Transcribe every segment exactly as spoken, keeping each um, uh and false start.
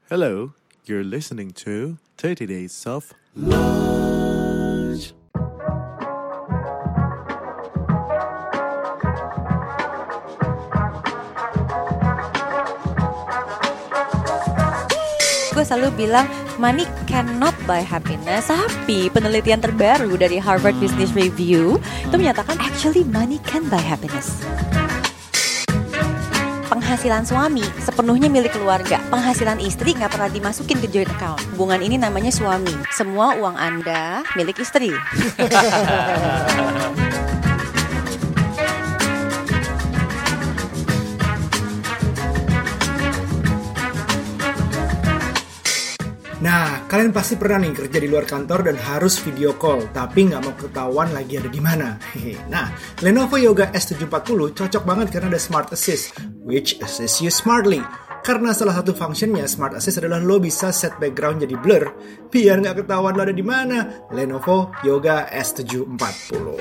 Hello, you're listening to thirty Days of Lunch. Gue selalu bilang money cannot buy happiness. Tapi penelitian terbaru dari Harvard Business Review itu menyatakan actually money can buy happiness. Penghasilan suami sepenuhnya milik keluarga. Penghasilan istri gak pernah dimasukin ke joint account. Hubungan ini namanya suami. Semua uang Anda milik istri. Nah, kalian pasti pernah nih kerja di luar kantor dan harus video call, tapi nggak mau ketahuan lagi ada di mana. Nah, Lenovo Yoga S tujuh empat nol cocok banget karena ada Smart Assist, which assists you smartly. Karena salah satu fungsinya Smart Assist adalah lo bisa set background jadi blur, biar nggak ketahuan lo ada di mana. Lenovo Yoga S tujuh empat nol.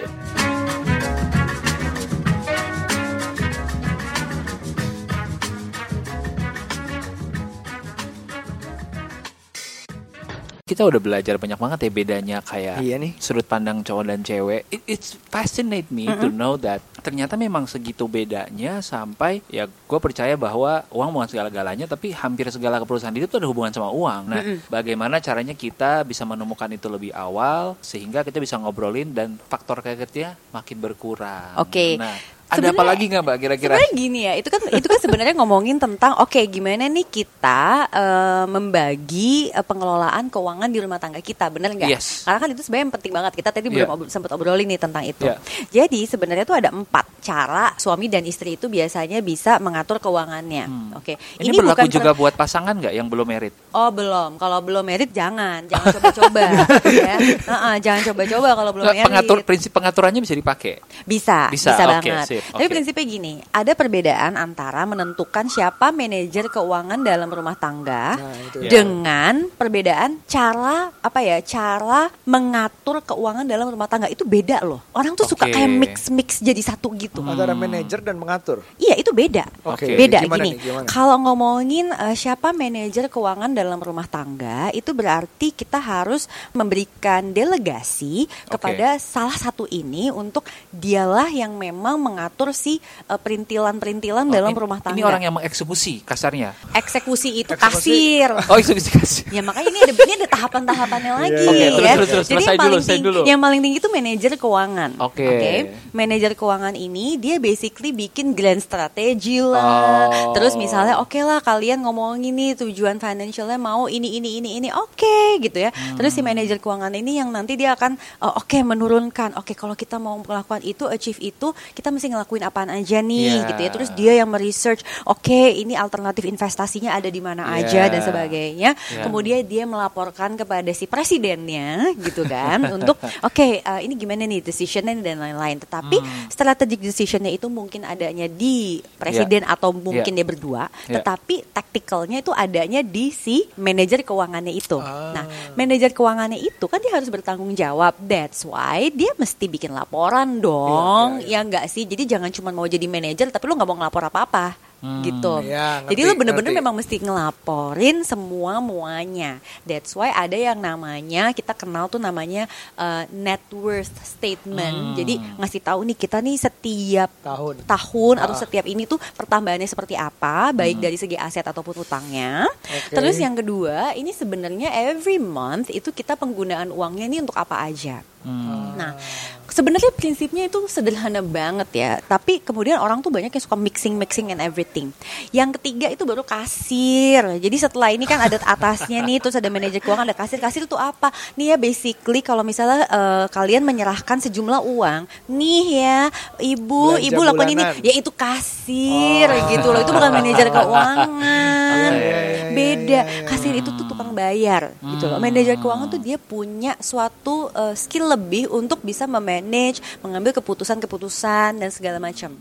Kita udah belajar banyak banget ya bedanya kayak iya nih. sudut pandang cowok dan cewek. It, it's fascinate me mm-hmm. to know that ternyata memang segitu bedanya sampai ya gue percaya bahwa uang bukan segala-galanya, tapi hampir segala keputusan itu tuh ada hubungan sama uang. Nah, mm-hmm. bagaimana caranya kita bisa menemukan itu lebih awal sehingga kita bisa ngobrolin dan faktor kagetnya makin berkurang. Oke. Okay. Nah, ada apa lagi nggak Mbak kira-kira? Sebenarnya gini ya, itu kan itu kan sebenarnya ngomongin tentang oke okay, gimana nih kita uh, membagi uh, pengelolaan keuangan di rumah tangga kita, benar nggak? Yes. Karena kan itu sebenarnya penting banget. Kita tadi yeah. belum ob- sempat obrolin nih tentang itu. Yeah. Jadi sebenarnya tuh ada empat cara suami dan istri itu biasanya bisa mengatur keuangannya. Hmm. Oke. Okay. Ini, Ini berlaku juga per- buat pasangan nggak yang belum married? Oh belum. Kalau belum married jangan, jangan coba-coba. ya. uh-uh, jangan coba-coba kalau belum married. Pengatur prinsip pengaturannya bisa dipakai. Bisa, bisa, bisa banget. Okay, sip, Tapi okay. prinsipnya gini, ada perbedaan antara menentukan siapa manajer keuangan dalam rumah tangga nah, itu. dengan perbedaan cara apa ya, cara mengatur keuangan dalam rumah tangga itu beda loh. Orang tuh okay. suka kayak mix-mix jadi satu gitu. Hmm. Antara manajer dan mengatur. Iya, itu beda. Okay. Beda gimana gini. Nih, kalau ngomongin uh, siapa manajer keuangan dalam rumah tangga, itu berarti kita harus memberikan delegasi okay. kepada salah satu ini untuk dialah yang memang mengatur si uh, perintilan-perintilan oh, dalam ini, rumah tangga. Ini orang yang mengeksekusi kasarnya. Eksekusi itu eksekusi. kasir. Oh, eksekusi kasir. Ya makanya ini ada ini ada tahapan-tahapannya lagi okay, ya. Terus, terus, terus. Jadi yang dulu, paling tinggi, dulu. yang paling tinggi itu manajer keuangan. Oke. Okay. Okay? Manajer keuangan ini dia basically bikin grand strategi lah. Oh. Terus misalnya oke okay lah kalian ngomongin nih tujuan financialnya mau ini ini ini ini oke okay, gitu ya. Hmm. Terus si manajer keuangan ini yang nanti dia akan uh, oke okay, menurunkan. Oke okay, kalau kita mau melakukan itu achieve itu kita mesti ngelakuin apaan aja nih yeah. gitu ya. Terus dia yang meresearch oke okay, ini alternatif investasinya ada di mana yeah. aja dan sebagainya. Yeah. Kemudian dia melaporkan kepada si presidennya gitu kan untuk oke okay, uh, ini gimana nih decisionnya dan lain-lain. Tetapi hmm. strategic decisionnya itu mungkin adanya di presiden yeah. atau mungkin yeah. dia berdua. Yeah. Tetapi tacticalnya itu adanya di si manajer keuangannya itu. Ah. Nah manajer keuangannya itu kan dia harus bertanggung jawab. That's why dia mesti bikin laporan dong. Yeah, yeah, yeah. Ya enggak sih. Jadi jangan cuma mau jadi manajer tapi lu nggak mau ngelapor apa-apa. Hmm, gitu. Ya, ngerti, jadi lu bener-bener ngerti. memang mesti ngelaporin semua muanya. That's why ada yang namanya kita kenal tuh namanya uh, net worth statement. Hmm. Jadi ngasih tahu nih kita nih setiap tahun, tahun ah. atau setiap ini tuh pertambahannya seperti apa, baik hmm. dari segi aset ataupun utangnya. Okay. Terus yang kedua, ini sebenarnya every month itu kita penggunaan uangnya ini untuk apa aja. Hmm. Nah, sebenarnya prinsipnya itu sederhana banget ya. Tapi kemudian orang tuh banyak yang suka mixing-mixing and everything. Yang ketiga itu baru kasir. Jadi setelah ini kan ada atasnya nih, terus ada manajer keuangan, ada kasir. Kasir itu apa? Nih ya basically kalau misalnya uh, kalian menyerahkan sejumlah uang, nih ya ibu, belanja ibu lakukan ini, ya itu kasir oh. gitu loh. Itu bukan manajer keuangan. yeah, yeah, yeah, Beda. Yeah, yeah, yeah. Kasir itu tuh tukang bayar hmm. gitu loh. Manajer keuangan tuh dia punya suatu uh, skill lebih untuk bisa memanage, mengambil keputusan-keputusan dan segala macam.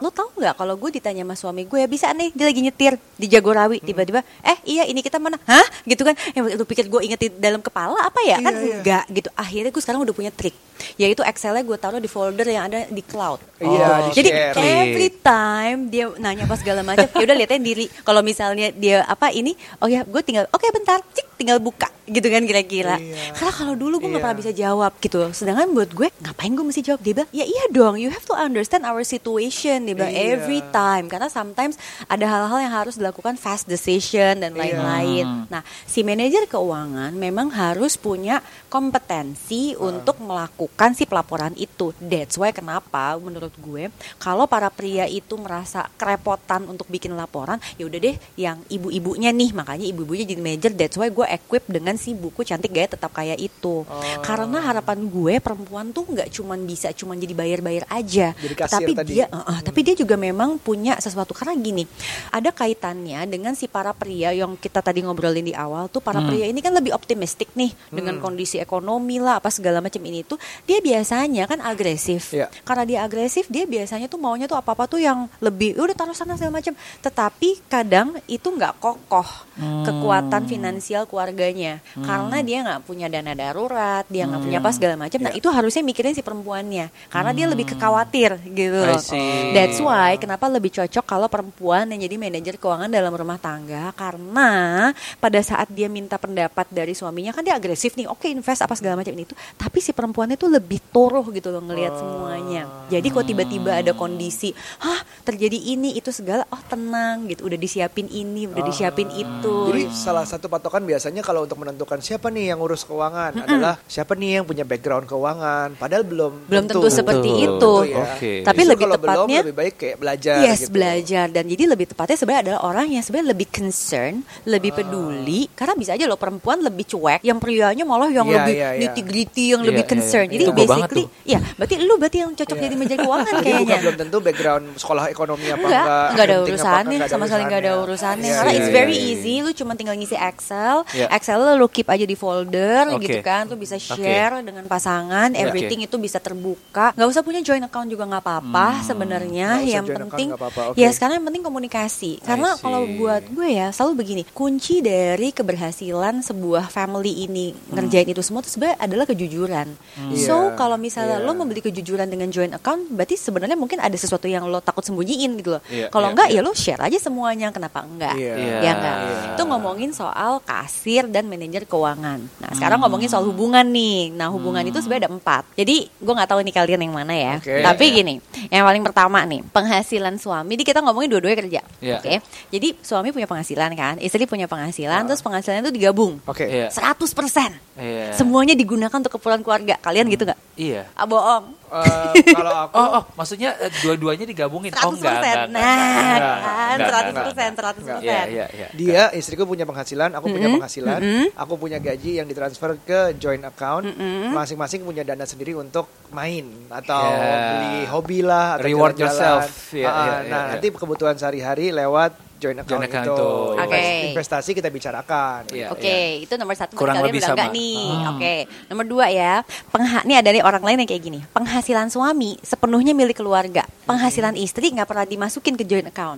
lo tau nggak kalau gue ditanya sama suami gue ya bisa nih dia lagi nyetir di Jagorawi tiba-tiba eh iya ini kita mana hah gitu kan yang lu pikir gue ingetin dalam kepala apa ya kan Iya, iya. enggak gitu akhirnya gue sekarang udah punya trik yaitu Excelnya gue taruh di folder yang ada di cloud. Iya, Jadi di-share. every time dia nanya apa segala macam ya udah liatin diri kalau misalnya dia apa ini oh ya gue tinggal oke bentar cik tinggal buka gitu kan kira-kira. Iya. Karena kalau dulu gue nggak Iya. pernah bisa jawab gitu. Sedangkan buat gue ngapain gue mesti jawab? Dia bilang ya iya dong. You have to understand our situation. Dia bilang Iya. every time karena sometimes ada hal-hal yang harus dilakukan fast decision dan Iya. lain-lain. Nah si manajer keuangan memang harus punya kompetensi Ah. untuk melakukan si pelaporan itu. That's why kenapa menurut gue kalau para pria itu merasa kerepotan untuk bikin laporan, ya udah deh yang ibu-ibunya nih makanya ibu-ibunya jadi manajer. That's why gue equip dengan si buku Cantik Gaya Tetap Kaya itu. Karena harapan gue perempuan tuh nggak cuman bisa cuman jadi bayar-bayar aja, Jadi kasir tapi tadi. dia, uh, uh, tapi dia juga memang punya sesuatu karena gini, ada kaitannya dengan si para pria yang kita tadi ngobrolin di awal tuh para pria ini kan lebih optimistik nih dengan kondisi ekonomi lah apa segala macam ini tuh dia biasanya kan agresif. Iya. Karena dia agresif dia biasanya tuh maunya tuh apa-apa tuh yang lebih udah taruh sana segala macam. Tetapi kadang itu nggak kokoh kekuatan finansial keluarganya karena dia nggak punya dana darurat, dia nggak punya apa segala macam. Nah itu harusnya mikirin si perempuannya karena dia lebih kekhawatir gitu I loh. see. That's why kenapa lebih cocok kalau perempuan yang jadi manajer keuangan dalam rumah tangga karena pada saat dia minta pendapat dari suaminya kan dia agresif nih, oke invest apa segala macam itu, tapi si perempuannya tuh lebih toruh gitu loh ngelihat semuanya. Jadi kalau tiba-tiba ada kondisi, hah terjadi ini itu segala, oh tenang gitu, udah disiapin ini, udah disiapin itu. Jadi salah satu patokan biasanya kalau untuk menentukan siapa nih yang ngurus keuangan adalah siapa nih yang punya background keuangan. Padahal belum Belum tentu seperti Betul. itu. ya. Oke. Tapi Justru lebih kalau belum, tepatnya lebih baik kayak belajar Yes, gitu. belajar. Dan jadi lebih tepatnya sebenarnya adalah orang yang sebenarnya lebih concern, lebih Ah. peduli. Karena bisa aja loh perempuan lebih cuek, yang prianya malah yang Iya, lebih iya, iya. nitty-gritty, yang Iya, lebih iya, concern. iya. Jadi Itu gua banget basically, tuh. ya berarti lu berarti yang cocok jadi manajer keuangan Jadi kayaknya. bukan belum tentu background sekolah ekonomi apa Enggak, enggak, enggak ada accounting apa urusannya, enggak, sama sekali enggak ada urusannya. Iya, Karena iya, it's iya, very iya. easy, lu cuma tinggal ngisi Excel, Iya. Excel lu keep aja di folder Oke. gitu kan, lu bisa share dengan pasangan, Iya. everything itu bisa terbuka. Nggak usah punya joint account juga nggak apa-apa sebenarnya. Nggak usah Yang joint account penting, nggak apa-apa, oke. ya sekarang yang penting komunikasi. Karena see. kalau buat gue ya selalu begini, kunci dari keberhasilan sebuah family ini ngerjain itu semua itu sebenarnya adalah kejujuran. So Iya, kalau misalnya iya. lo membeli kejujuran dengan joint account, berarti sebenarnya mungkin ada sesuatu yang lo takut sembunyiin gitu loh. Iya, Kalau iya, enggak iya. ya lo share aja semuanya, kenapa enggak? Iya. Ya enggak. Iya. Itu ngomongin soal kasir dan manajer keuangan. Nah sekarang ngomongin soal hubungan nih. Nah hubungan itu sebenarnya ada empat. Jadi gue nggak tahu nih kalian yang mana ya. Oke. Tapi gini, yang paling pertama nih penghasilan suami. Jadi kita ngomongin dua-duanya kerja. Iya. Oke. Jadi suami punya penghasilan kan, istri punya penghasilan, terus penghasilannya itu digabung. Oke. Iya. seratus persen. Iya. Semuanya digunakan untuk keperluan keluarga. Kalian gitu nggak? Iya. Ah bohong. Eh, kalau aku Oh, oh, maksudnya eh, dua-duanya digabungin. Oh, seratus enggak, persen. enggak, enggak, Nah, enggak, kan enggak, seratus enggak, persen, enggak. seratus Iya, persen. iya, iya. dia istriku punya penghasilan, aku punya penghasilan, aku punya gaji yang ditransfer ke joint account, masing-masing punya dana sendiri untuk main atau Yeah. beli hobi lah, atau Reward jalan-jalan. yourself. Iya, Ah, iya, nah iya, iya. nanti kebutuhan sehari-hari lewat joint account, Joint account itu. itu. Oke. Invest- Investasi kita bicarakan. Iya. Oke, itu nomor satu. Kurang Kalian lebih udah enggak sama. nih. Hmm. Oke, nomor dua ya. Pengha nih ada nih orang lain yang kayak gini. Penghasilan suami sepenuhnya milik keluarga. Penghasilan istri nggak pernah dimasukin ke joint account.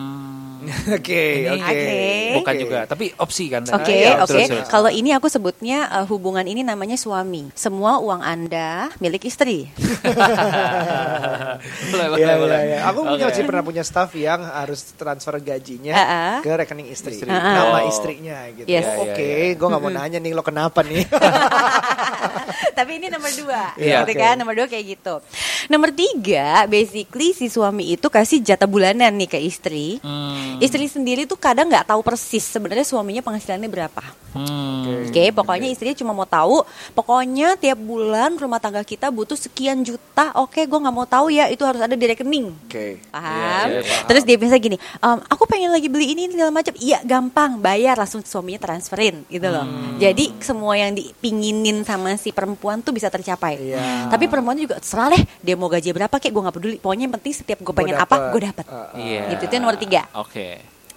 Hmm. Oke, Ini oke. Oke. Bukan juga, tapi opsi kan. Oke, iya, oke. terus, terus. Kalau ini aku sebutnya uh, hubungan ini namanya suami. Semua uang Anda milik istri. Boleh, boleh, Iya, boleh. iya, iya. Aku punya Oke. sih pernah punya staff yang harus transfer gajinya Uh-uh. ke rekening istri, Istri. nama Oh. istrinya gitu. Yes. Oh, Iya, Oke, iya, iya. gue nggak mau nanya nih lo kenapa nih. Tapi ini nomor dua, Iya, gitu oke. kan? Nomor dua kayak gitu. Nomor tiga, basically si suami itu kasih jatah bulanan nih ke istri. Hmm. Istri sendiri tuh kadang nggak tahu persis sebenarnya suaminya penghasilannya berapa. Hmm. Oke, pokoknya istrinya cuma mau tahu, pokoknya tiap bulan rumah tangga kita butuh sekian juta. Oke, gue nggak mau tahu ya, itu harus ada di rekening. Oke. Paham? Iya, iya, paham. Terus dia biasa gini, "Em, aku pengen lagi beli ini segala macam." Iya, gampang, bayar langsung suaminya transferin gitu loh. Hmm. Jadi semua yang dipinginin sama si perempuan tuh bisa tercapai. Iya. Tapi perempuan juga terserah deh, dia mau gaji berapa kayak gue nggak peduli. Pokoknya yang penting setiap gue pengen apa, dapet. gue dapat. Uh, uh. Iya. Gitu, itu yang nomor tiga. Oke.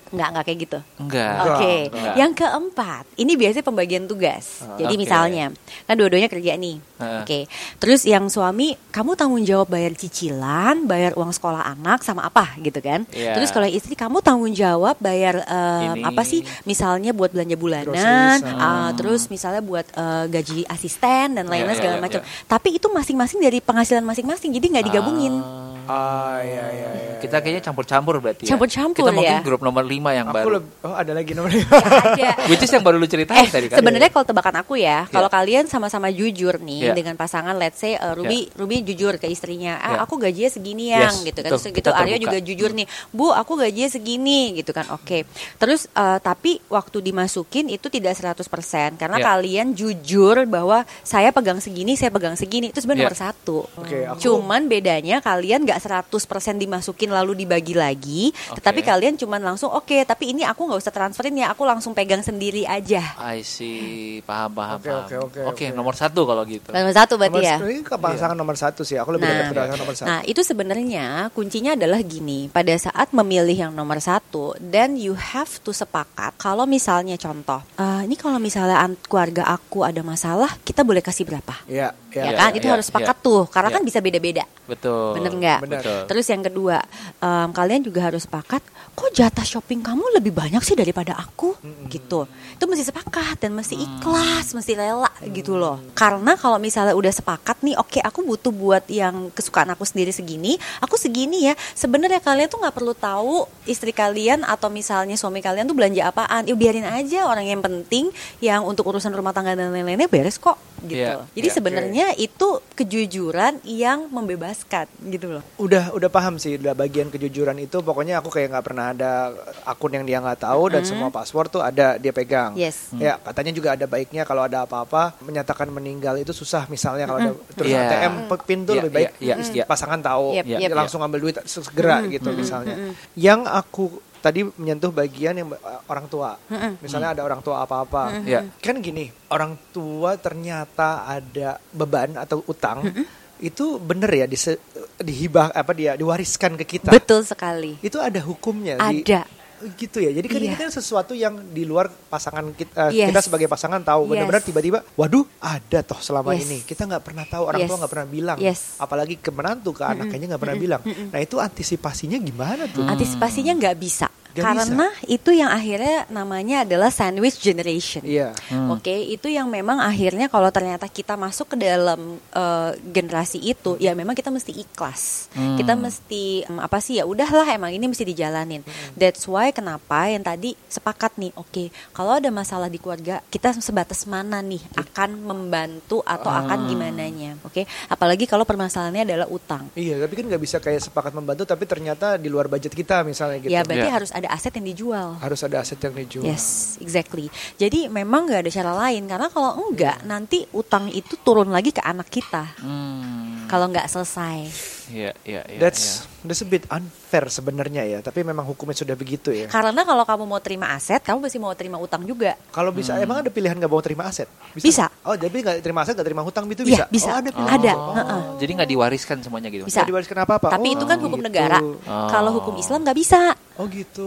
Nggak, nggak kayak gitu. Enggak. Oke, Enggak. yang keempat, ini biasanya pembagian tugas. Jadi Oke. misalnya, kan dua-duanya kerja nih. Heeh. Oke, terus yang suami, kamu tanggung jawab bayar cicilan, bayar uang sekolah anak, sama apa gitu kan? Iya. Terus kalau istri, kamu tanggung jawab bayar em, Ini. apa sih? Misalnya buat belanja bulanan, Groceries, ah, terus misalnya buat eh, gaji asisten dan lain-lain Iya, segala iya, macam. iya. Tapi itu masing-masing dari penghasilan masing-masing, jadi nggak digabungin. Ah, iya, iya, iya. Kita kayaknya campur-campur berarti ya. Campur-campur Kita mungkin ya. grup nomor lima yang Aku baru. lebih, oh ada lagi nomornya. Ada. Which is yang baru lu ceritain Eh, tadi kan. sebenarnya kalau tebakan aku ya, kalau Iya. kalian sama-sama jujur nih Iya. dengan pasangan, let's say uh, Ruby, Ruby jujur ke istrinya, ah Iya. aku gajinya segini yang, Yes, gitu kan, betul. terus Kita gitu Aryo terbuka. juga jujur nih, Bu, aku gajinya segini, gitu kan, oke. Terus uh, tapi waktu dimasukin itu tidak seratus persen karena Iya. kalian jujur bahwa saya pegang segini, saya pegang segini, itu sebenarnya Iya. nomor satu. Oke, aku- Cuman bedanya kalian nggak seratus persen dimasukin lalu dibagi lagi, Oke. tetapi kalian cuman langsung oke, tapi ini aku nggak usah transferin ya, aku langsung pegang sendiri aja. I see, paham paham Oke, paham. oke, oke, Oke, oke. nomor satu kalau gitu. Nomor satu berarti Nomor, ya. ini ke pasangan nomor satu sih. Aku lebih Nah, dekat ke pasangan nomor satu. Nah, itu sebenarnya kuncinya adalah gini. Pada saat memilih yang nomor satu, then you have to sepakat. Kalau misalnya contoh, eh, ini kalau misalnya an- keluarga aku ada masalah, kita boleh kasih berapa? Iya, Ya, iya. kan? iya, Itu iya, harus sepakat iya. tuh, karena Iya. kan bisa beda-beda. Betul. Bener nggak? Bener. Betul. Terus yang kedua, em, kalian juga harus sepakat. Kok jatah shopping kamu lebih banyak sih daripada aku? Gitu. Itu mesti sepakat dan mesti ikhlas, mesti rela gitu loh. Karena kalau misalnya udah sepakat nih, oke aku butuh buat yang kesukaan aku sendiri segini, aku segini ya. Sebenarnya kalian tuh nggak perlu tahu istri kalian atau misalnya suami kalian tuh belanja apaan. Ya biarin aja, orang yang penting yang untuk urusan rumah tangga dan lain-lainnya beres kok gitu. Iya, Jadi iya. sebenarnya itu kejujuran yang membebaskan gitu loh. Udah udah paham sih, udah bagian kejujuran itu pokoknya aku kayak nggak pernah ada akun yang dia nggak tahu dan semua password tuh ada dia pegang. Yes. Ya katanya juga ada baiknya kalau ada apa-apa menyatakan meninggal itu susah misalnya kalau ada terus Iya. A T M pin tuh Iya, lebih baik iya, is- iya. pasangan tahu Yep, dia yep. langsung ambil duit segera gitu misalnya. Yang aku tadi menyentuh bagian yang uh, orang tua. Misalnya ada orang tua apa-apa. Iya. Kan gini, orang tua ternyata ada beban atau utang itu bener ya dise- dihibah apa dia diwariskan ke kita. Betul sekali. Itu ada hukumnya. di- Ada. gitu ya. Jadi kan ini Iya. kan sesuatu yang di luar pasangan kita, Yes. kita sebagai pasangan tahu. Yes. Benar-benar tiba-tiba, waduh, ada toh selama Yes. ini. Kita nggak pernah tahu, orang Yes. tua nggak pernah bilang. Yes. Apalagi ke menantu, ke anak kayaknya nggak pernah bilang. Nah itu antisipasinya gimana tuh? Antisipasinya nggak bisa. Nggak Karena itu yang akhirnya namanya adalah sandwich generation. Iya. Oke, itu yang memang akhirnya kalau ternyata kita masuk ke dalam eh, generasi itu, ya memang kita mesti ikhlas. Kita mesti em, apa sih ya udahlah emang ini mesti dijalanin. That's why kenapa yang tadi sepakat nih, oke, kalau ada masalah di keluarga, kita sebatas mana nih akan membantu atau akan gimananya. Oke, apalagi kalau permasalahannya adalah utang. Iya, tapi kan nggak bisa kayak sepakat membantu, tapi ternyata di luar budget kita misalnya gitu. Ya berarti Ya. harus ada aset yang dijual. Harus ada aset yang dijual. Yes, exactly. Jadi memang nggak ada cara lain karena kalau enggak nanti utang itu turun lagi ke anak kita Hmm. kalau nggak selesai. Iya, iya, iya. That's that's a bit unfair sebenarnya ya, tapi memang hukumnya sudah begitu ya. Karena kalau kamu mau terima aset, kamu pasti mau terima utang juga. Kalau bisa, emang ada pilihan nggak mau terima aset? Bisa. Oh, jadi nggak terima aset, nggak terima hutang itu Iya, bisa? bisa. Oh, ada Oh. pilihan. Ada. Oh, Heeh. Jadi nggak diwariskan semuanya gitu. Bisa. Nggak diwariskan apa-apa. Tapi Oh, itu kan hukum gitu. negara. Oh. Kalau hukum Islam nggak bisa. Oh gitu.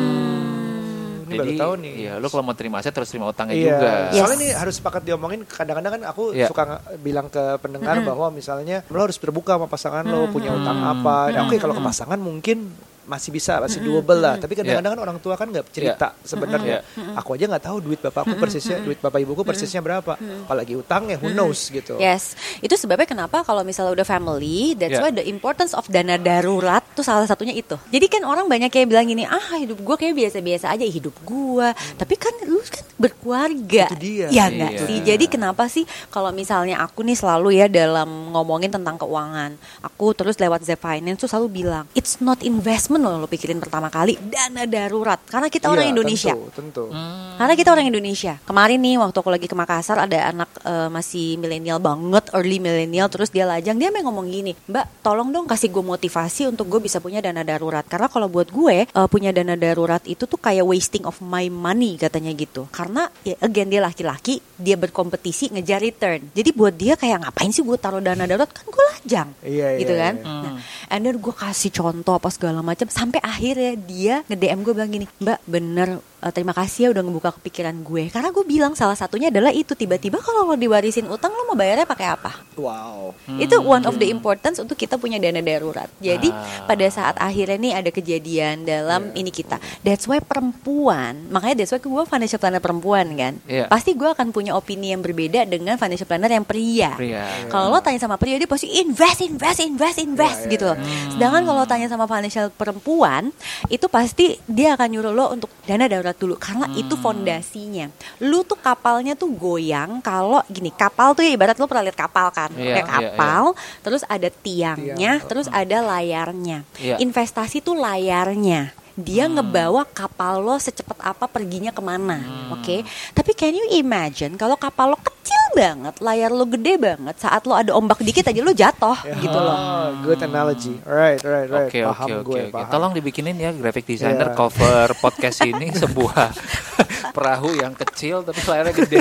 Ini Jadi, baru tahu nih. Iya, lu kalau mau terima aset terus terima utangnya Iya, juga. Yes. soalnya ini harus sepakat diomongin. Kadang-kadang kan aku Iya. suka ng- bilang ke pendengar bahwa misalnya lo harus terbuka sama pasangan lo, punya utang apa. Nah, oke kalau ke pasangan mungkin masih bisa, masih doable lah. Tapi kadang-kadang kan orang tua kan nggak cerita sebenarnya. Aku aja nggak tahu duit bapakku persisnya, duit bapak ibuku persisnya berapa. Apalagi utangnya, who knows gitu. Yes, itu sebabnya kenapa kalau misalnya udah family, that's Yeah. why the importance of dana darurat tuh salah satunya itu. Jadi kan orang banyak kayak bilang gini, ah hidup gue kayak biasa-biasa aja hidup gue. Tapi kan lu kan berkeluarga. Itu dia. Ya nggak Iya. sih. Jadi kenapa sih kalau misalnya aku nih selalu ya dalam ngomongin tentang keuangan, aku terus lewat Zep Finance tuh selalu bilang, it's not investment loh lo pikirin pertama kali, dana darurat. Karena kita orang Iya, Indonesia. Tentu, tentu. Karena kita orang Indonesia. Kemarin nih waktu aku lagi ke Makassar ada anak eh, masih milenial banget, early milenial, terus dia lajang, dia memang ngomong gini, Mbak tolong dong kasih gue motivasi untuk gue bisa punya dana darurat. Karena kalau buat gue eh, punya dana darurat itu tuh kayak wasting of my money katanya gitu. Karena ya again dia laki-laki, dia berkompetisi ngejar return. Jadi buat dia kayak ngapain sih gue taruh dana darurat, kan gue lajang. Iya, gitu iya, kan. iya. Nah, and then gue kasih contoh apa segala macam sampai akhirnya dia nge-D M gue bilang gini, "Mbak, bener uh, terima kasih ya udah ngebuka kepikiran gue." Karena gue bilang salah satunya adalah itu, tiba-tiba kalau lo diwarisin utang lo mau bayarnya pakai apa? Wow. Itu one of the importance untuk kita punya dana darurat. Jadi Ah. pada saat akhirnya nih ada kejadian dalam Yeah. ini kita. That's why perempuan, makanya that's why gue financial planner perempuan kan. Yeah. Pasti gue akan punya opini yang berbeda dengan financial planner yang pria. Pria. Kalau lo tanya sama pria dia pasti invest, invest, invest, invest Yeah, gitu loh. Hmm. Sedangkan kalau tanya sama financial perempuan, itu pasti dia akan nyuruh lo untuk dana darurat dulu karena Hmm. itu fondasinya. Lu tuh kapalnya tuh goyang kalau gini, kapal tuh ya ibarat lo pernah lihat kapal kan, Iya, kayak iya, kapal, terus ada tiangnya, Tiang. terus ada layarnya. Iya. Investasi tuh layarnya. Dia Hmm. ngebawa kapal lo secepat apa perginya kemana, Hmm. oke? Tapi can you imagine kalau kapal lo kecil banget, layar lo gede banget, saat lo ada ombak dikit aja lo jatuh, gitu loh. Oh, good analogy. Right, right, right. Oke paham oke gue, oke. paham. Tolong dibikinin ya graphic designer Iya. cover podcast ini sebuah perahu yang kecil tapi layarnya gede.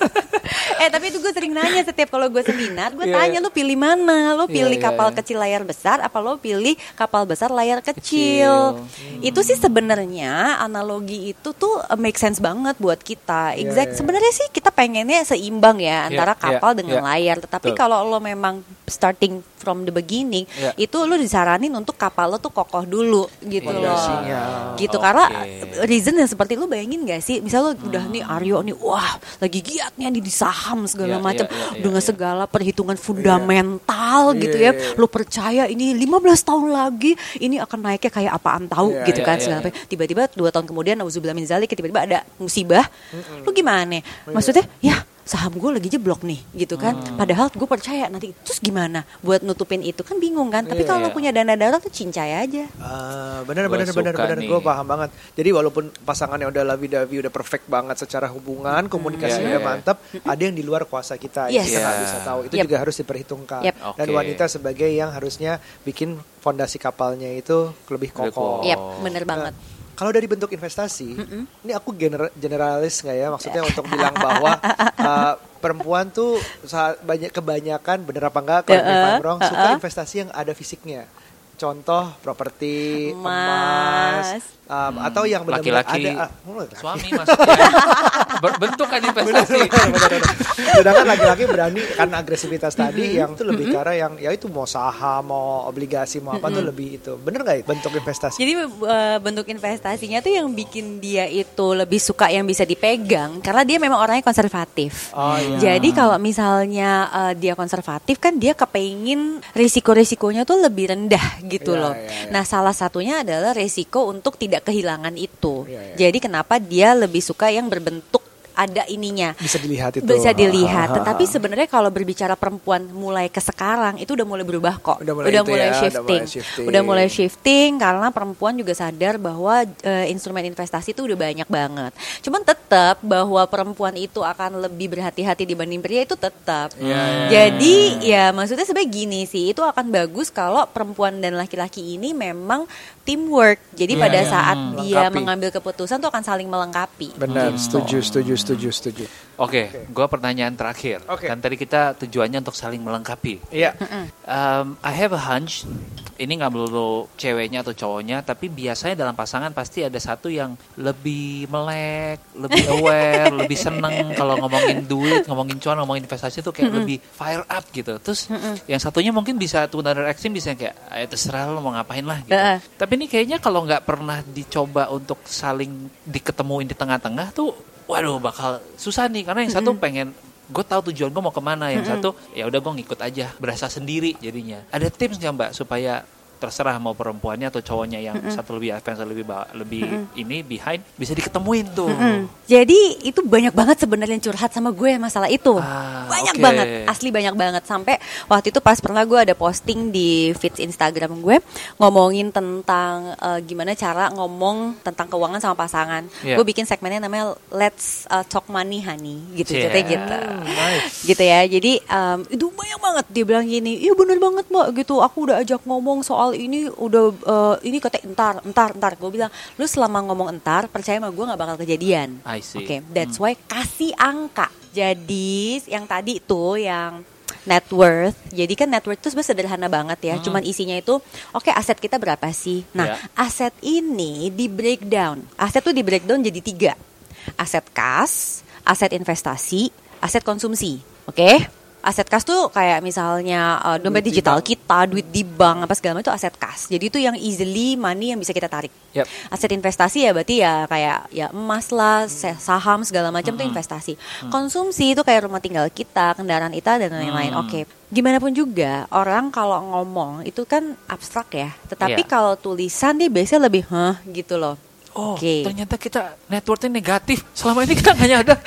Eh tapi itu gue sering nanya setiap kalau gue seminar, gue Iya, tanya iya. lo pilih mana, lo Iya, pilih iya, kapal iya. kecil layar besar, apa lo pilih kapal besar layar kecil? Kecil. Itu sih sebenarnya analogi itu tuh uh, make sense banget buat kita. Iya, Exact. iya. Sebenarnya sih kita pengennya seimbang ya antara Iya, kapal iya, dengan iya. layar. Tetapi Betul. kalau lo memang starting from the beginning, Iya. itu lo disaranin untuk kapal lo tuh kokoh dulu gitu loh. Fondasinya. Gitu Oke. karena reason yang seperti lu bayangin gak sih, misal lu udah nih Aryo nih, wah lagi giatnya nih di saham segala Iya, macam iya, iya, dengan iya. segala perhitungan fundamental Iya. gitu Iya, ya, iya. lu percaya ini lima belas tahun lagi ini akan naiknya kayak apaan tahu Iya, gitu iya, kan iya, segala iya. macam. Tiba-tiba dua tahun kemudian nauzubillah min zalik tiba-tiba ada musibah, lu gimana? Maksudnya ya saham gue lagi jeblok nih gitu kan, Hmm. padahal gue percaya nanti terus gimana buat nutupin itu kan bingung kan. Tapi Iya, kalau iya. punya dana darurat tuh cincay aja. Ah, benar Gua benar suka benar benar nih. gue paham banget. Jadi walaupun pasangannya udah lovey-dovey udah perfect banget secara hubungan, komunikasi Iya, udah iya. mantap, ada yang di luar kuasa kita yang Yes. kita nggak Iya. bisa tahu. Itu Yep. juga harus diperhitungkan. Yep. Dan Oke. wanita sebagai yang harusnya bikin fondasi kapalnya itu lebih Lebih kokoh. kokoh. Yap, Oh. bener banget. Kalau dari bentuk investasi, ini aku gener- generalis nggak ya? Maksudnya untuk bilang bahwa uh, perempuan tuh sa- banyak kebanyakan bener apa enggak kalau Uh-uh, if I'm wrong, suka uh-uh. investasi yang ada fisiknya. Contoh properti, Emas. emas, um, atau yang benar-benar Laki-laki. ada ah, oh, laki-laki. Suami maksudnya. Berbentuk kan investasi. Sedangkan laki-laki berani karena agresivitas tadi yang itu lebih ke arah yang ya itu mau saham, mau obligasi, mau apa tuh lebih itu. Bener nggak ya bentuk investasi? Jadi uh, bentuk investasinya tuh yang bikin dia itu lebih suka yang bisa dipegang karena dia memang orangnya konservatif. Oh, iya. Jadi kalau misalnya uh, dia konservatif kan dia kepengin risiko-risikonya tuh lebih rendah gitu Iya, loh. iya, iya. Nah salah satunya adalah risiko untuk tidak kehilangan itu. Iya, iya. Jadi kenapa dia lebih suka yang berbentuk ada ininya. Bisa dilihat itu. Bisa dilihat. Tetapi sebenarnya kalau berbicara perempuan mulai ke sekarang itu udah mulai berubah kok. Udah mulai itu ya, udah shifting. mulai shifting. Udah mulai shifting karena perempuan juga sadar bahwa eh, instrumen investasi itu udah banyak banget. Cuman tetap bahwa perempuan itu akan lebih berhati-hati dibanding pria itu tetap. Iya, iya. Jadi ya maksudnya sebenarnya gini sih, itu akan bagus kalau perempuan dan laki-laki ini memang teamwork. Jadi pada iya. saat Hmm, dia melengkapi. mengambil keputusan tuh akan saling melengkapi. Benar, Gitu. setuju, setuju, setuju, setuju. Oke, gue pertanyaan terakhir. Oke. Kan tadi kita tujuannya untuk saling melengkapi. Iya. Um, I have a hunch. Ini nggak melulu ceweknya atau cowoknya, tapi biasanya dalam pasangan pasti ada satu yang lebih melek, lebih aware, lebih seneng kalau ngomongin duit, ngomongin cuan, ngomongin investasi tuh kayak lebih fire up gitu. Terus yang satunya mungkin bisa to another extreme bisa kayak, ayo terserah lo mau ngapain lah gitu. Heeh. Tapi ini kayaknya kalau nggak pernah dicoba untuk saling diketemuin di tengah-tengah tuh, waduh bakal susah nih karena yang satu pengen gue tahu tujuan gue mau kemana, yang satu ya udah gue ngikut aja, berasa sendiri jadinya. Ada tips nggak mbak supaya terserah mau perempuannya atau cowoknya yang satu lebih advance lebih ba- lebih ini behind bisa diketemuin tuh. Hmm. Jadi itu banyak banget sebenarnya yang curhat sama gue masalah itu. Ah, banyak oke. banget, asli banyak banget. Sampai waktu itu pas pernah gue ada posting di feed Instagram gue ngomongin tentang uh, gimana cara ngomong tentang keuangan sama pasangan. Yeah. Gue bikin segmennya namanya Let's uh, Talk Money Honey gitu, Yeah. ceritanya gitu. Nice. Gitu ya. Jadi um, itu banyak banget dia bilang gini, iya bener banget mbak gitu. Aku udah ajak ngomong soal Sal ini udah uh, ini katanya entar, entar, entar. Gue bilang, lu selama ngomong entar, percaya sama gue nggak bakal kejadian. I see. Oke, okay, that's Hmm. why kasih angka. Jadi yang tadi tuh yang net worth. Jadi kan net worth itu sebenarnya sederhana banget ya. Hmm. Cuman isinya itu, oke okay, aset kita berapa sih? Nah, Yeah. aset ini di breakdown. Aset tuh di breakdown jadi tiga. Aset kas, aset investasi, aset konsumsi. Oke? Okay? Aset kas tuh kayak misalnya uh, dompet Duit di digital bank. kita, duit di bank apa segala macam itu aset kas. Jadi itu yang easily money yang bisa kita tarik. Yep. Aset investasi ya berarti ya kayak ya emas lah, se- saham segala macam tuh investasi. Konsumsi itu kayak rumah tinggal kita, kendaraan kita dan lain-lain. Oke. Gimana pun juga orang kalau ngomong itu kan abstrak ya. Tetapi Iya. kalau tulisan dia biasanya lebih hah gitu loh. Oh, Oke. ternyata kita networknya negatif. Selama ini kita hanya ada.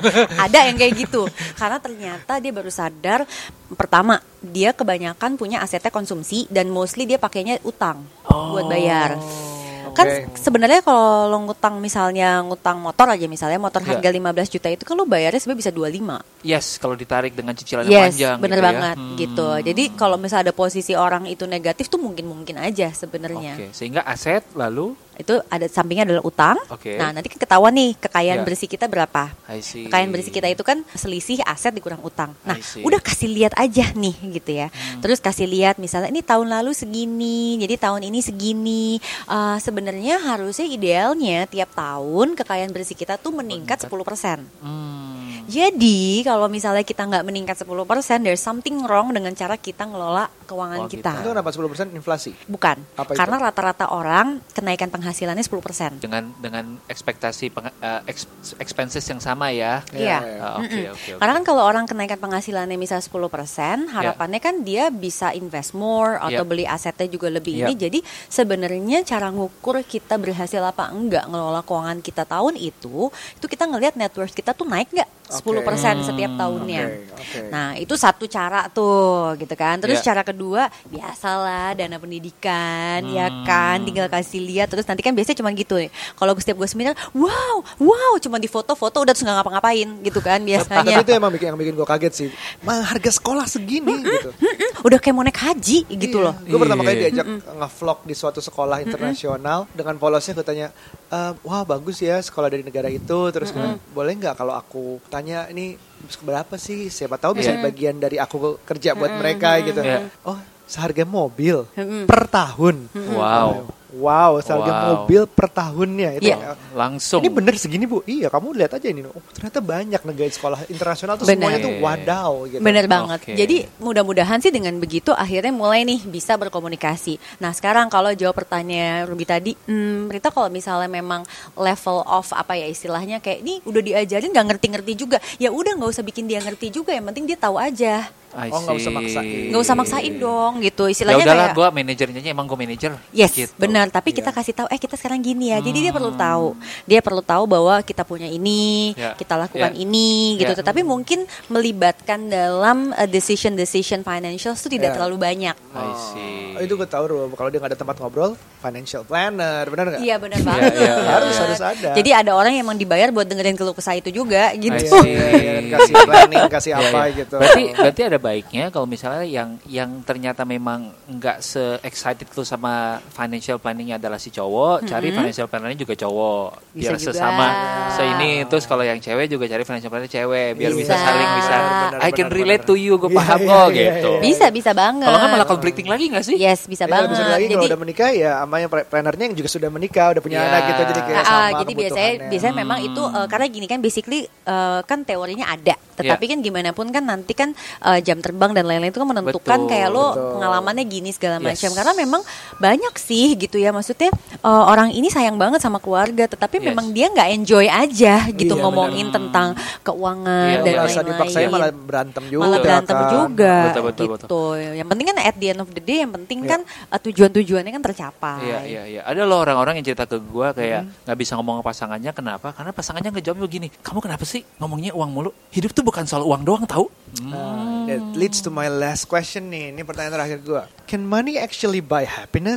Ada yang kayak gitu. Karena ternyata dia baru sadar, pertama, dia kebanyakan punya asetnya konsumsi dan mostly dia pakainya utang buat bayar. Kan Oke. sebenarnya kalau lo ngutang misalnya ngutang motor aja misalnya motor Iya. harga lima belas juta itu kan lo bayarnya sebenarnya bisa dua puluh lima. Yes, kalau ditarik dengan cicilan yang Yes, panjang. bener gitu ya. banget Hmm. gitu. Jadi kalau misalnya ada posisi orang itu negatif tuh mungkin-mungkin aja sebenarnya. Oke, sehingga aset lalu, Itu ada sampingnya adalah utang. Oke. Nah, nanti kan ketahuan nih kekayaan Ya. bersih kita berapa. I see. Kekayaan bersih kita itu kan selisih aset dikurang utang. Nah, I see. udah kasih lihat aja nih gitu ya. Terus kasih lihat misalnya ini tahun lalu segini, jadi tahun ini segini. Uh, sebenarnya harusnya idealnya tiap tahun kekayaan bersih kita tuh meningkat sepuluh persen. Hmm. Jadi kalau misalnya kita nggak meningkat sepuluh persen, there's something wrong dengan cara kita ngelola keuangan Uang kita. kita. Itu kenapa sepuluh persen inflasi? Bukan, Apa itu? karena rata-rata orang kenaikan penghasilannya sepuluh persen. dengan dengan ekspektasi peng, eh, ex- expenses yang sama ya. Iya. Ah, Oke, Mm-mm. oke, oke. Karena kan kalau orang kenaikan penghasilannya misalnya sepuluh persen, harapannya kan dia bisa invest more atau Ya. beli asetnya juga lebih Ya. ini. Jadi sebenarnya cara ngukur kita berhasil apa enggak ngelola keuangan kita tahun itu, itu kita ngelihat net worth kita tuh naik nggak sepuluh persen Hmm, setiap tahunnya. Oke, oke. Nah, itu satu cara tuh gitu kan. Terus Ya. cara kedua, biasalah dana pendidikan ya Hmm. kan, tinggal kasih lihat terus nanti kan biasanya cuma gitu nih. Kalau setiap gue seminar, wow, wow, cuma di foto-foto udah terus nggak ngapa-ngapain gitu kan Tapi biasanya. itu emang bikin yang bikin gue kaget sih. Mah harga sekolah segini gitu. Mm-mm, udah kayak mau naik haji gitu loh. Gue pertama kali Iya. diajak nge-vlog di suatu sekolah internasional dengan polosnya gue tanya, "Eh, wah bagus ya sekolah dari negara itu. Terus gue, boleh nggak kalau aku tanya ini berapa sih? Siapa tahu bisa Iya. bagian dari aku kerja buat mereka gitu. Iya. Oh seharga mobil per tahun. Wow. Wow, seharga Wow. mobil per tahunnya itu. Iya. Langsung. Ini bener segini Bu? Iya, kamu lihat aja ini. Oh, ternyata banyak negara sekolah internasional tuh Bener. semuanya tuh wadaw gitu. Bener banget. Oke. Jadi mudah-mudahan sih dengan begitu akhirnya mulai nih bisa berkomunikasi. Nah sekarang kalau jawab pertanyaan Ruby tadi, hmm, Rita kalau misalnya memang level of apa ya istilahnya kayak ini udah diajarin nggak ngerti-ngerti juga, ya udah nggak usah bikin dia ngerti juga. Yang penting dia tahu aja. I Oh, nggak usah see. maksain. Nggak usah maksain dong gitu. Ya Istilahnya udahlah, kayak gue manajernya aja, emang gue manajer. yes, Gitu. benar. Tapi kita kasih tahu, eh kita sekarang gini ya. Jadi dia perlu tahu, dia perlu tahu bahwa kita punya ini, Ya. kita lakukan Ya. ini, gitu. Ya. Tetapi mungkin melibatkan dalam uh, decision-decision financial itu tidak Ya. terlalu banyak. I see. Oh, itu gue tahu Ru, kalau dia nggak ada tempat ngobrol, financial planner, benar nggak? Iya benar banget. iya, iya. Harus harus ada. Jadi ada orang yang emang dibayar buat dengerin keluh kesah itu juga, gitu. Iya, iya, iya, dan kasih planning, kasih Iya, apa iya. gitu. Berarti berarti ada baiknya kalau misalnya yang yang ternyata memang nggak se excited tuh sama financial planningnya adalah si cowok, cari financial plannernya juga cowok, Bisa biar juga. sesama seini. Terus kalau yang cewek juga cari financial planner cewek, biar bisa, Bisa. saling bisa. Benar, I can benar, relate benar. to you, gue Iya, paham iya, kok iya, gitu. iya. Bisa, bisa banget. Kalau nggak malah conflicting lagi nggak sih? Yes, bisa Jadi banget. lebih seru lagi Jadi kalau udah menikah ya sama yang plannernya yang juga sudah menikah, udah punya Iya. anak gitu, jadi kayak Ah, sama ah, jadi biasanya kebutuhannya. biasanya memang itu eh, karena gini kan basically eh, kan teorinya ada, tetapi kan gimana pun kan nanti kan eh, jam terbang dan lain-lain itu kan menentukan Betul, kayak lo betul. pengalamannya gini segala Yes. macam. Karena memang banyak sih gitu ya, maksudnya eh, orang ini sayang banget sama keluarga, tetapi Yes. memang dia nggak enjoy aja gitu Iya, ngomongin tentang keuangan Iya, dan iya. Merasa lain-lain. dipaksain malah berantem juga. Malah berantem kan. juga Betul, betul, gitu. Yang penting kan at the end of the day yang penting kan eh, tujuan-tujuannya kan tercapai. Iya, iya, iya. Ada loh orang-orang yang cerita ke gue kayak nggak bisa ngomong ke pasangannya. Kenapa? Karena pasangannya ngejawab begini. Kamu kenapa sih ngomongnya uang mulu? Hidup tuh bukan soal uang doang, tahu? Uh, that leads to my last question nih. Ini pertanyaan terakhir gue. Can money actually buy happiness?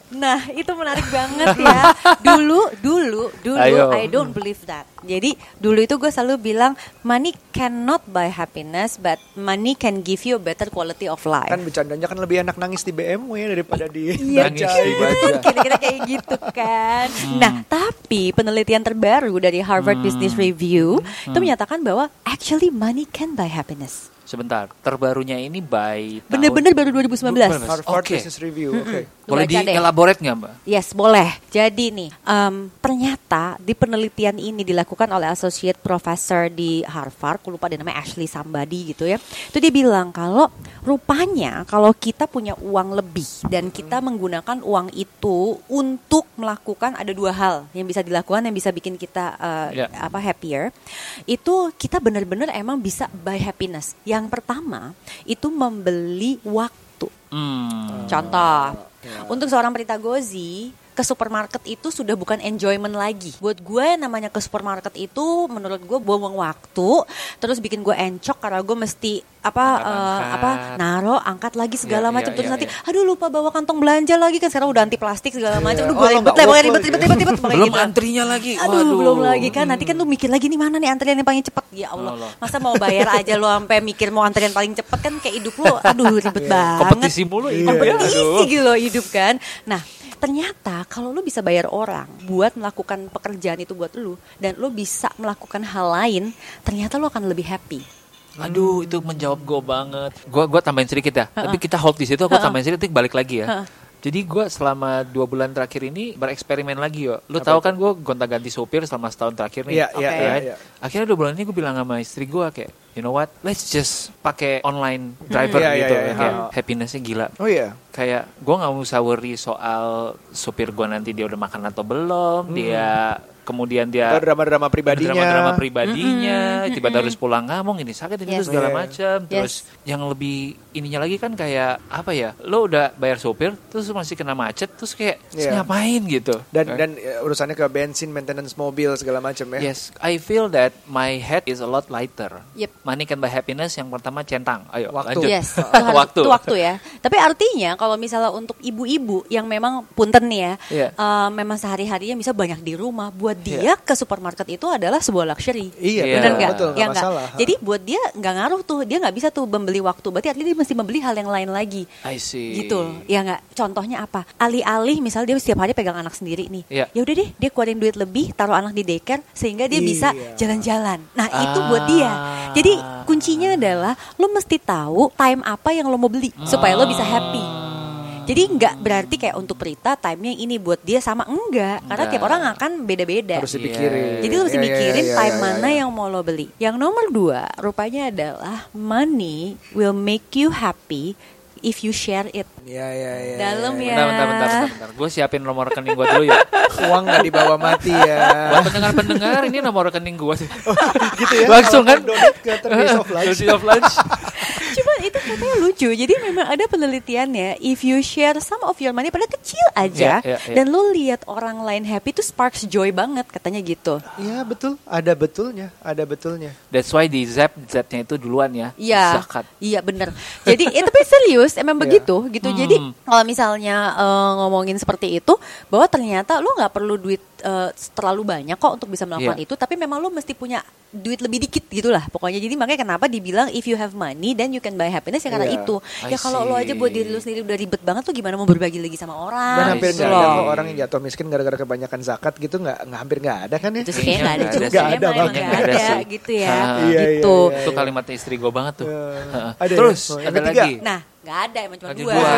Nah, itu menarik banget ya. Dulu, dulu, dulu Ayo. I don't believe that. Jadi dulu itu gue selalu bilang money cannot buy happiness, but money can give you a better quality of life. Kan bercandanya kan lebih enak nangis di B M W ya daripada di Iya, Nangis di baja. kira-kira kayak gitu kan. Nah, tapi penelitian terbaru dari Harvard Business Review itu menyatakan bahwa actually money can buy happiness. Sebentar, terbarunya ini by tahun- Bener-bener baru dua ribu sembilan belas. Harvard Oke. Business Review. Oke. Boleh Baca deh. di-elaborate nggak, Mbak? Yes, boleh. Jadi nih, em, ternyata di penelitian ini dilakukan oleh associate professor di Harvard, aku lupa dia namanya Ashley somebody gitu ya. Itu dia bilang kalau rupanya kalau kita punya uang lebih dan kita menggunakan uang itu untuk melakukan ada dua hal yang bisa dilakukan yang bisa bikin kita eh, Ya. apa happier. Itu kita benar-benar emang bisa buy happiness. Yang pertama itu membeli waktu. Hmm. Contoh, untuk seorang Prita Gozi, ke supermarket itu sudah bukan enjoyment lagi. Buat gue namanya ke supermarket itu menurut gue buang waktu, terus bikin gue encok karena gue mesti apa eh, Angkat-angkat. apa naro angkat lagi segala Iya, macam iya, terus iya, nanti iya. aduh lupa bawa kantong belanja lagi kan sekarang udah anti plastik segala macam. Aduh Oh, gue lo ribet nggak lah, pokoknya work ribet lo ribet ribet ribet pokoknya Belum gitu. antrinya lagi. Aduh, Waduh. belum lagi kan. Nanti kan lu mikir lagi nih mana nih antrian yang paling cepat. Ya Allah, Allah. masa mau bayar aja lu sampai mikir mau antrian paling cepat kan kayak hidup lu aduh ribet banget. Kompetisi mulu ini. Kompetisi Aduh. gitu loh hidup kan. Nah, ternyata kalau lu bisa bayar orang buat melakukan pekerjaan itu buat lu dan lu bisa melakukan hal lain, ternyata lu akan lebih happy. Aduh, itu menjawab gue banget. Gue gua tambahin sedikit ya. Tapi kita hold di situ. Aku tambahin sedikit, nanti balik lagi ya. Ha-ha. Jadi gue selama dua bulan terakhir ini bereksperimen lagi yo. Lu tahu kan gue gonta-ganti sopir selama setahun terakhir nih. Iya, iya, Oke. iya, Right? iya. Akhirnya dua bulan ini gue bilang sama istri gue kayak, you know what? Let's just pakai online driver Iya, iya, gitu. iya, Kayak iya. happinessnya gila. Oh iya. Kayak gue nggak usah worry soal supir gue nanti dia udah makan atau belum. Dia kemudian dia Drama-drama pribadinya. drama-drama pribadinya, tiba-tiba harus pulang ngomong ini sakit ini Yes. itu segala Yeah. macam. Terus yang lebih ininya lagi kan kayak apa ya? Lo udah bayar sopir, terus masih kena macet, terus kayak Yeah. ngapain gitu? Dan Kan? dan ya, urusannya ke bensin, maintenance mobil segala macam ya. Yes, I feel that my head is a lot lighter. Yep. Money can buy happiness. Yang pertama centang. Ayo Waktu. lanjut. Yes, itu, harus- Waktu. itu waktu ya. Tapi artinya kalau misalnya untuk ibu-ibu yang memang punten nih ya, Iya. eh, memang sehari-harinya bisa banyak di rumah, buat dia ke supermarket itu adalah sebuah luxury. Iya, Iya. Benar betul, nggak? betul, Ya nggak nggak? masalah. Jadi buat dia nggak ngaruh tuh, dia nggak bisa tuh membeli waktu. Berarti artinya dia mesti membeli hal yang lain lagi. I see. Gitu, ya nggak? Contohnya apa? Alih-alih misalnya dia setiap hari pegang anak sendiri nih, Iya. ya udah deh, dia keluarin duit lebih, taruh anak di daycare sehingga dia bisa Iya. jalan-jalan. Nah itu Ah. buat dia. Jadi kuncinya adalah lo mesti tahu time apa yang lo mau beli supaya lo bisa happy. Jadi nggak berarti kayak untuk Prita time-nya yang ini buat dia sama enggak, karena Enggak. tiap orang akan beda-beda. Harus dipikirin. Jadi lo mesti Iya, iya, mikirin iya, time iya, mana iya. yang mau lo beli. Yang nomor dua rupanya adalah money will make you happy if you share it. Iya, iya, iya. Dalam ya. Bentar, bentar, bentar, bentar, bentar. Gue siapin nomor rekening gue dulu ya. Uang nggak dibawa mati ya. Buat pendengar-pendengar ini nomor rekening gue sih. Gitu ya. Langsung kan? Donate ke Days of Lunch. Days of Lunch. Cuman itu katanya lucu. Jadi memang ada penelitiannya, if you share some of your money pada kecil aja, Iya, iya, iya. dan lo lihat orang lain happy itu sparks joy banget katanya gitu. Iya betul, ada betulnya, ada betulnya. That's why di Zap, Z-nya itu duluan ya. Iya, Zakat. iya bener. Jadi, ya, tapi serius, emang Iya. begitu, gitu. Hmm. Jadi kalau misalnya eh, ngomongin seperti itu, bahwa ternyata lo nggak perlu duit eh, terlalu banyak kok untuk bisa melakukan Iya. itu, tapi memang lo mesti punya duit lebih dikit gitulah. Pokoknya jadi makanya kenapa dibilang if you have money then you can buy happiness ya karena Iya. itu. I Ya kalau lo aja see. buat diri lo sendiri udah ribet banget tuh gimana mau berbagi lagi sama orang? Dan Ah, hampir gitu nggak ada loh. kok orang yang jatuh miskin gara-gara kebanyakan zakat gitu, nggak nggak hampir nggak ada kan ya? Terus kayaknya nggak ada Nggak juga, ada sih. emang Nggak ada, nggak nggak ada ada, sih. gitu ya, Ah. Iya, gitu. iya, Itu kalimatnya istri gue banget tuh. Iya. Heeh. Ada ya? Terus Oh, yang ada ketiga. lagi. Nah, nggak ada emang cuma Lagi dua. dua.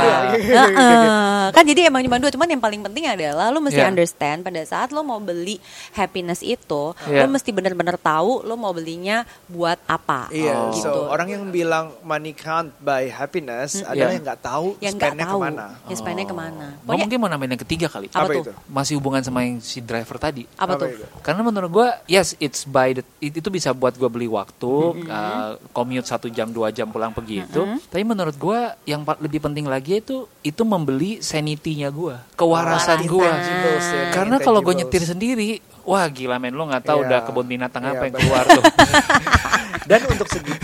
Heeh. Kan jadi emang cuma dua, cuman yang paling penting adalah lo mesti Iya. understand pada saat lo mau beli happiness itu, Iya. lo mesti benar-benar tahu lo mau belinya buat apa. Iya, Oh. gitu. so orang yang bilang money can't buy happiness adalah Iya. yang nggak tahu Yang nggak spendnya tahu, kemana. yang spendnya kemana. Gue Pokoknya mungkin mau nambahin yang ketiga kali. apa, Apa tuh? itu? Masih hubungan sama yang si driver tadi. Apa, Apa tuh? itu? Karena menurut gue, yes, it's by the, it- itu bisa buat gue beli waktu, uh, commute satu jam dua jam pulang pergi itu. Tapi menurut gue yang pa- lebih penting lagi itu itu membeli sanity-nya gue, kewarasan gue. Intangibles ya, Karena kalau gue intangibles. nyetir sendiri, wah gila men, lo nggak tahu Iya. udah kebun binatang Iya, apa yang benar. keluar tuh. Dan untuk segi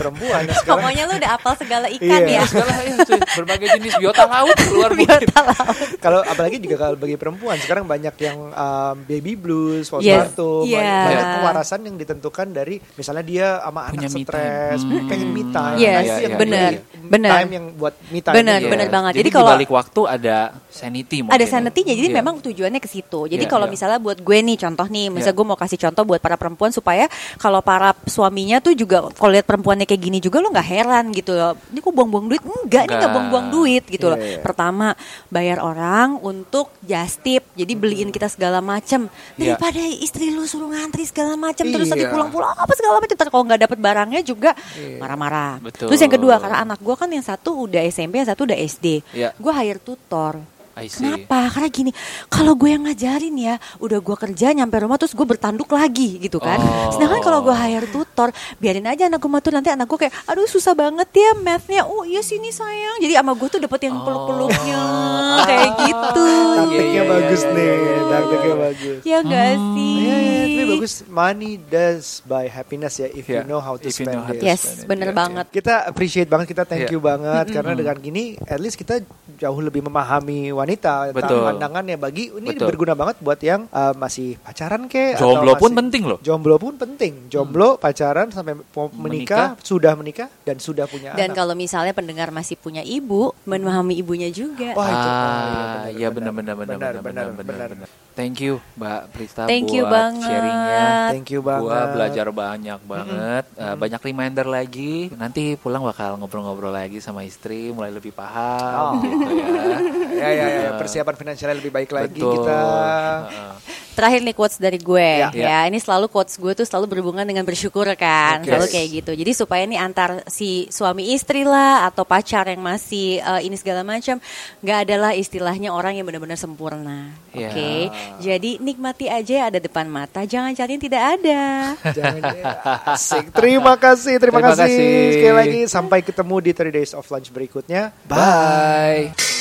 perempuan. Nah, sekarang Pokoknya lu udah apal segala ikan Iya. ya. Segala ya, cuy. Berbagai jenis biota laut keluar mungkin. kalau apalagi juga kalau bagi perempuan sekarang banyak yang um, baby blues, Yes. postpartum, Iya. banyak, banyak kewarasan yang ditentukan dari misalnya dia sama Punya anak me stres, time. Hmm. pengen me time. Yes, Nah, itu yang benar, jadi benar. time yang buat me time. Benar, gitu. benar banget. Jadi, Jadi kalau- di balik waktu ada sanity mungkin. Ada sanity-nya, jadi Iya. memang tujuannya ke situ. Jadi Iya, kalau iya. misalnya buat gue nih contoh nih, misalnya Iya. gue mau kasih contoh buat para perempuan supaya kalau para suaminya tuh juga kalau lihat perempuannya kayak gini juga lo nggak heran gitu loh. Ini kok buang-buang duit? Enggak, ini nggak Enggak. buang-buang duit gitu loh. Iya, iya. Pertama, bayar orang untuk just tip. Jadi beliin kita segala macem Iya. daripada istri lu suruh ngantri segala macem terus nanti Iya. pulang-pulang apa segala macem. Terus kalau nggak dapet barangnya juga marah-marah. Betul. Terus yang kedua, karena anak gue kan yang satu udah S M P, yang satu udah S D. Iya. Gue hire tutor. I see. Kenapa? Karena gini, kalau gue yang ngajarin ya, udah gue kerja nyampe rumah terus gue bertanduk lagi gitu kan. Oh. Sedangkan kalau gue hire tutor, biarin aja anak gue matur, nanti anak gue kayak, aduh susah banget ya mathnya. Oh iya sini sayang. Jadi sama gue tuh dapet yang peluk-peluknya kayak gitu. Taktiknya Iya, iya, bagus iya, nih, iya, iya, taktiknya iya. bagus. Ya gak sih? Iya, iya, tapi bagus. Money does buy happiness ya, if you Yeah. know how to If you spend know how it. to Yes, spend it. bener Iya, banget. Kita appreciate banget, kita thank Iya. you banget karena dengan gini at least kita jauh lebih memahami wanita. Betul. Pandangannya bagi ini Betul. berguna banget buat yang uh, masih pacaran ke Jomblo atau pun masih- penting loh. Jomblo pun penting. Jomblo, pacaran sampai mau menikah, sudah menikah dan sudah punya Dan anak. kalau misalnya pendengar masih punya ibu, memahami ibunya juga. Wah, itu. Ah, iya benar benar benar benar, benar benar, benar benar. benar. Thank you Mbak Prista Thank you buat banget. sharingnya. Thank you banget. Gua belajar banyak banget, Uh, banyak reminder lagi. Nanti pulang bakal ngobrol-ngobrol lagi sama istri, mulai lebih paham Oh. gitu ya. Ya, ya, ya, persiapan finansialnya lebih baik lagi Betul. kita. Heeh. Terakhir nih quotes dari gue Ya. ya. Ini selalu quotes gue tuh selalu berhubungan dengan bersyukur kan. Oke. Selalu kayak gitu. Jadi supaya nih antar si suami istri lah atau pacar yang masih eh, ini segala macam, nggak adalah istilahnya orang yang benar-benar sempurna. Ya. Oke. Jadi nikmati aja yang ada depan mata, jangan cari yang tidak ada. Jangan asik. Terima kasih, terima, Terima kasih. kasih. Sekali lagi sampai ketemu di tiga puluh Days of Lunch berikutnya. Bye.